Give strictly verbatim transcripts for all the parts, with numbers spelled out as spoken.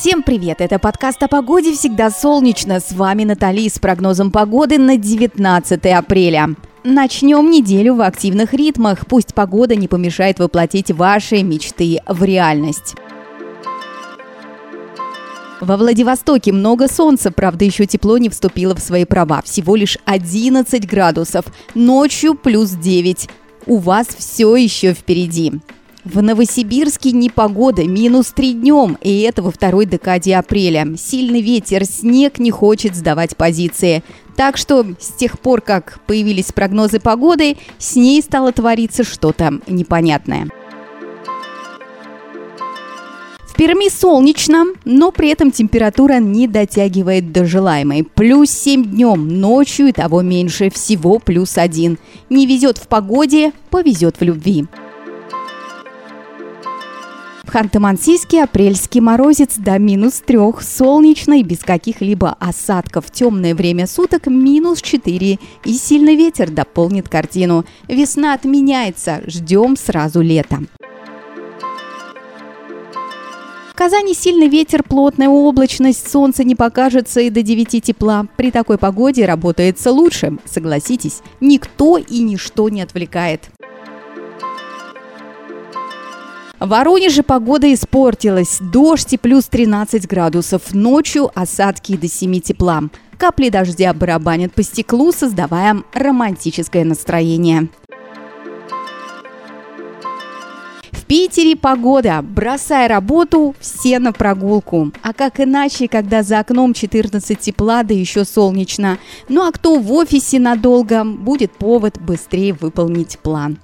Всем привет! Это подкаст о погоде «Всегда солнечно». С вами Натали с прогнозом погоды на девятнадцатое апреля. Начнем неделю в активных ритмах. Пусть погода не помешает воплотить ваши мечты в реальность. Во Владивостоке много солнца, правда, еще тепло не вступило в свои права. Всего лишь одиннадцать градусов. Ночью плюс девять. У вас все еще впереди. В Новосибирске непогода, минус три днем, и это во второй декаде апреля. Сильный ветер, снег не хочет сдавать позиции. Так что с тех пор, как появились прогнозы погоды, с ней стало твориться что-то непонятное. В Перми солнечно, но при этом температура не дотягивает до желаемой. Плюс семь днем, ночью и того меньше, всего плюс один. Не везет в погоде, повезет в любви. В Ханты-Мансийске апрельский морозец до минус трех, солнечно и без каких-либо осадков. Темное время суток минус четыре, и сильный ветер дополнит картину. Весна отменяется, ждем сразу лета. В Казани сильный ветер, плотная облачность, солнце не покажется и до девяти тепла. При такой погоде работается лучше, согласитесь, никто и ничто не отвлекает. В Воронеже погода испортилась. Дождь и плюс тринадцать градусов. Ночью осадки до семи тепла. Капли дождя барабанят по стеклу, создавая романтическое настроение. В Питере погода. Бросай работу, все на прогулку. А как иначе, когда за окном четырнадцать тепла, да еще солнечно. Ну а кто в офисе надолго, будет повод быстрее выполнить план.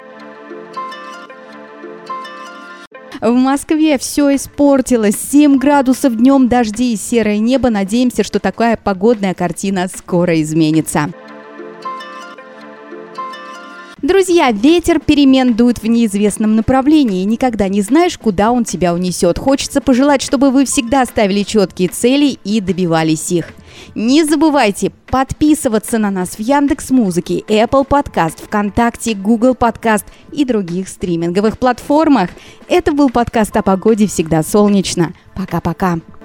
В Москве все испортилось. семь градусов днем, дожди и серое небо. Надеемся, что такая погодная картина скоро изменится. Друзья, ветер перемен дует в неизвестном направлении. Никогда не знаешь, куда он тебя унесет. Хочется пожелать, чтобы вы всегда ставили четкие цели и добивались их. Не забывайте подписываться на нас в Яндекс.Музыке, Apple Podcast, ВКонтакте, Google Podcast и других стриминговых платформах. Это был подкаст о погоде «Всегда солнечно». Пока-пока.